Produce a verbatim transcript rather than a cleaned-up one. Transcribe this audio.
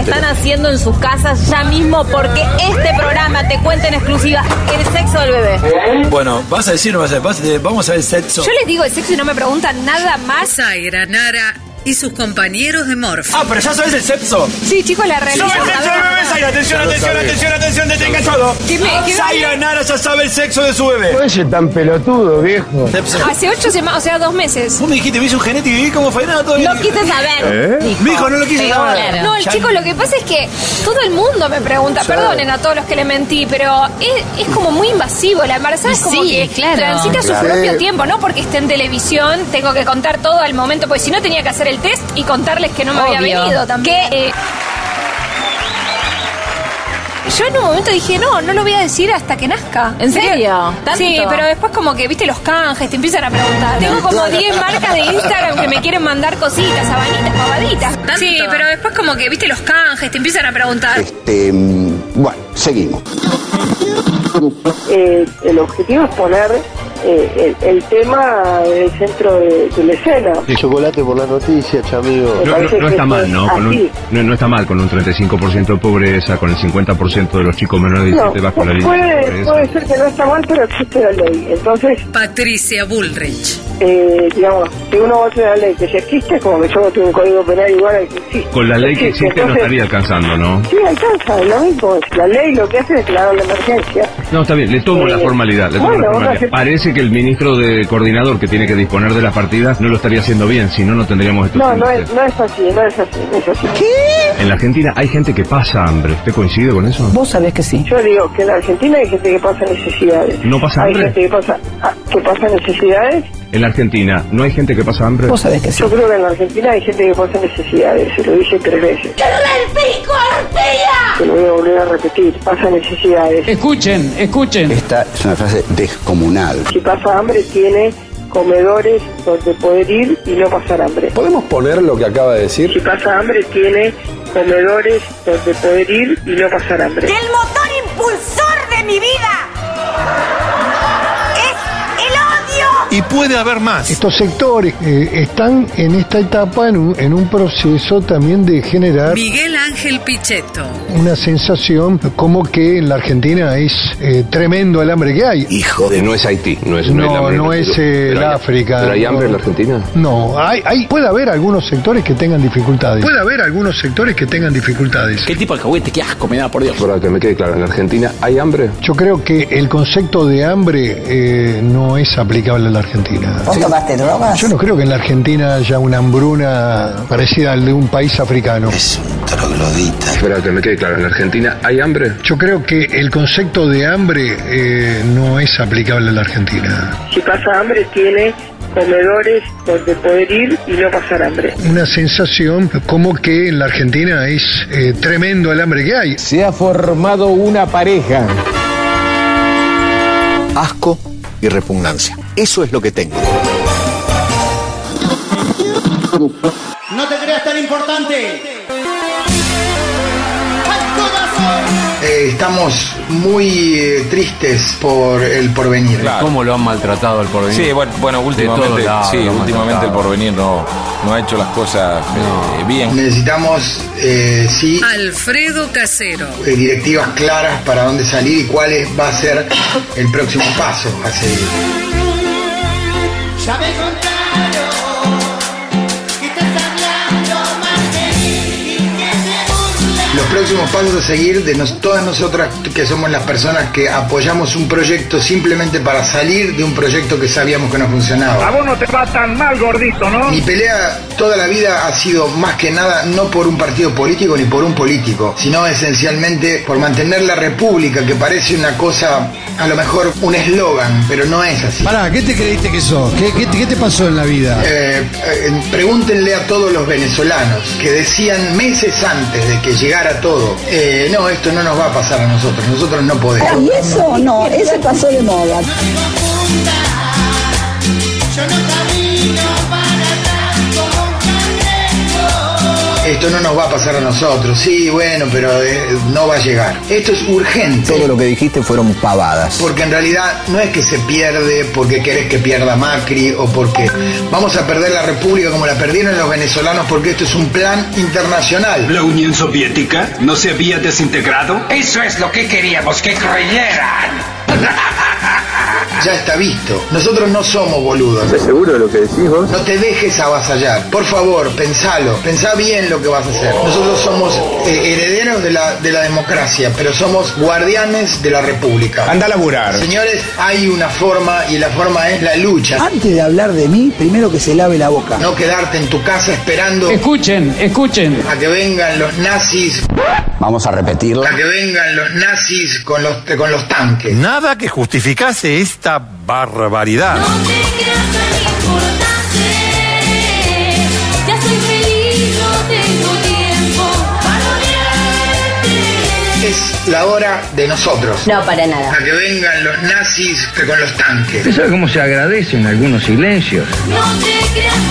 están haciendo en sus casas ya mismo, porque este programa te cuenta en exclusiva el sexo del bebé. Bueno, vas a decir, no vas a decir, vamos a ver el sexo. Yo les digo el sexo y no me preguntan nada más. Zaira, Nara y sus compañeros de Morphy. Ah, pero ya sabes el sexo. Sí, chicos, la realidad. ¡No, el sexo del bebé, Zaira! Atención, atención, atención, atención, detenga todo. ¿Qué me, qué Zaira Nara ya sabe el sexo de su bebé. No es tan pelotudo, viejo. Sexo. Hace ocho semanas, o sea, dos meses. Vos me dijiste, me hice un genético y vi cómo fue nada todo. No quise saber. ¿Eh? Mi hijo no lo quise saber. No, el chico, lo que pasa es que todo el mundo me pregunta, perdonen a todos los que le mentí, pero es, es como muy invasivo. La embarazada es como Sí, que claro. transita su Claro. propio tiempo, no porque esté en televisión, tengo que contar todo al momento, porque si no tenía que hacer el test y contarles que no me había Obvio. venido también. Que, eh, yo en un momento dije, no, no lo voy a decir hasta que nazca. ¿En serio? ¿Tanto? Sí, pero después como que, viste, los canjes, te empiezan a preguntar. Tengo como diez marcas de Instagram que me quieren mandar cositas, sabanitas, pavaditas. ¿Tanto? Sí, pero después como que, viste, los canjes, te empiezan a preguntar. Este, bueno, seguimos. Eh, el objetivo es poner eh, el, el tema en el centro de, de la escena. Chocolate por la noticia, chamigo. Me No, no, parece no que está mal, es ¿no? Con un, así. no, no está mal con un treinta y cinco por ciento de pobreza, con el cincuenta por ciento de los chicos menores de No, diecisiete bajo la línea de puede, pobreza. puede ser que no está mal, pero existe la ley. Entonces, Patricia Bullrich. eh, digamos, si uno vote la ley que ya existe, como que yo voté un código penal igual al que existe. Con la ley que existe no Entonces, estaría alcanzando, ¿no? Sí, alcanza, es lo mismo. La ley lo que hace es declarar la emergencia. No, está bien, le tomo Eh, la formalidad. Le tomo bueno, la formalidad. vamos a- Parece que el ministro de coordinador que tiene que disponer de las partidas no lo estaría haciendo bien, si no, no tendríamos estos No, no es, índices. no es así, no es así, no es así. En la Argentina hay gente que pasa hambre. ¿Usted coincide con eso? Vos sabés que sí. Yo digo que en la Argentina hay gente que pasa necesidades. ¿No pasa Hay hambre? gente que pasa, ah, que pasa necesidades. En la Argentina no hay gente que pasa hambre. Vos sabés que sí. Yo creo que en la Argentina hay gente que pasa necesidades. Se lo dije tres veces. Se lo voy a volver a repetir. Pasa necesidades. Escuchen, escuchen. Esta es una frase descomunal. Si pasa hambre, tiene comedores donde poder ir y no pasar hambre. ¿Podemos poner lo que acaba de decir? Si pasa hambre, tiene comedores donde poder ir y no pasar hambre. El motor impulsor de mi vida es el odio. Y puede haber más. Estos sectores eh, están en esta etapa en un, en un proceso también de generar Miguel Ángel Pichetto. una sensación como que en la Argentina es eh, tremendo el hambre que hay. Hijo de... No es Haití, no es, No, el hambre. no es eh, el Pero hay- África. ¿Pero hay hambre en no. la Argentina? No, hay, hay, puede haber algunos sectores que tengan dificultades. Puede haber algunos sectores que tengan dificultades. ¿Qué tipo de alcahuete? Qué asco, me da, por Dios. Para que me quede claro, ¿en la Argentina hay hambre? Yo creo que el concepto de hambre eh, no es aplicable a la Argentina. ¿Vos tomaste drogas? Yo no creo que en la Argentina haya una hambruna parecida al de un país africano. Es un troglodita. Para que me quede claro, ¿en la Argentina hay hambre? Yo creo que el concepto de hambre eh, no es aplicable a la Argentina. Si pasa hambre, tiene comedores donde poder ir y no pasar hambre. Una sensación como que en la Argentina es eh, tremendo el hambre que hay. Se ha formado una pareja. Asco y repugnancia. Eso es lo que tengo. No te creas tan importante. Eh, estamos muy eh, tristes por el porvenir. ¿Cómo lo han maltratado al porvenir? Sí, bueno, bueno últimamente, lados sí, lo han últimamente el maltratado. porvenir no, no ha hecho las cosas eh, bien. Necesitamos, eh, sí, Alfredo Casero. eh, directivas claras para dónde salir y cuál es- va a ser el próximo paso a seguir. Ya me contaron que estás hablando más de mí y que te burlas. Los próximos pasos a seguir de nos- todas nosotras que somos las personas que apoyamos un proyecto simplemente para salir de un proyecto que sabíamos que no funcionaba. vos no te va tan mal, gordito, ¿no? Mi pelea toda la vida ha sido más que nada no por un partido político ni por un político, sino esencialmente por mantener la república, que parece una cosa, a lo mejor un eslogan, pero no es así. Pará, ¿qué te creíste que sos? ¿Qué, qué, qué te pasó en la vida? Eh, eh, pregúntenle a todos los venezolanos que decían meses antes de que llegara todo, eh, no, esto no nos va a pasar a nosotros, nosotros no podemos. Ay, eso no, eso pasó de moda. Yo no camino para atrás como un cangrejo. esto no nos va a pasar a nosotros. Sí, bueno, pero eh, no va a llegar. Esto es urgente. Todo lo que dijiste fueron pavadas. Porque en realidad no es que se pierde porque querés que pierda Macri o porque vamos a perder la República como la perdieron los venezolanos, porque esto es un plan internacional. ¿La Unión Soviética no se había desintegrado? Eso es lo que queríamos que creyeran. Ya está visto. Nosotros no somos boludos. ¿Estás seguro de lo que decís vos? No te dejes avasallar. Por favor, pensalo. Pensá bien lo que vas a hacer. Nosotros somos eh, herederos de la, de la democracia, pero somos guardianes de la República. Anda a laburar. Señores, hay una forma y la forma es la lucha. Antes de hablar de mí, primero que se lave la boca. No quedarte en tu casa esperando Escuchen, escuchen. a que vengan los nazis. Vamos a repetirla. A que vengan los nazis con los, con los tanques. Nada que justificase esta barbaridad. No te creas tan importante. Ya soy feliz, no tengo tiempo para odiarte. Es la hora de nosotros. No, para nada. A que vengan los nazis con los tanques. ¿Usted sabe cómo se agradecen algunos silencios? No te creas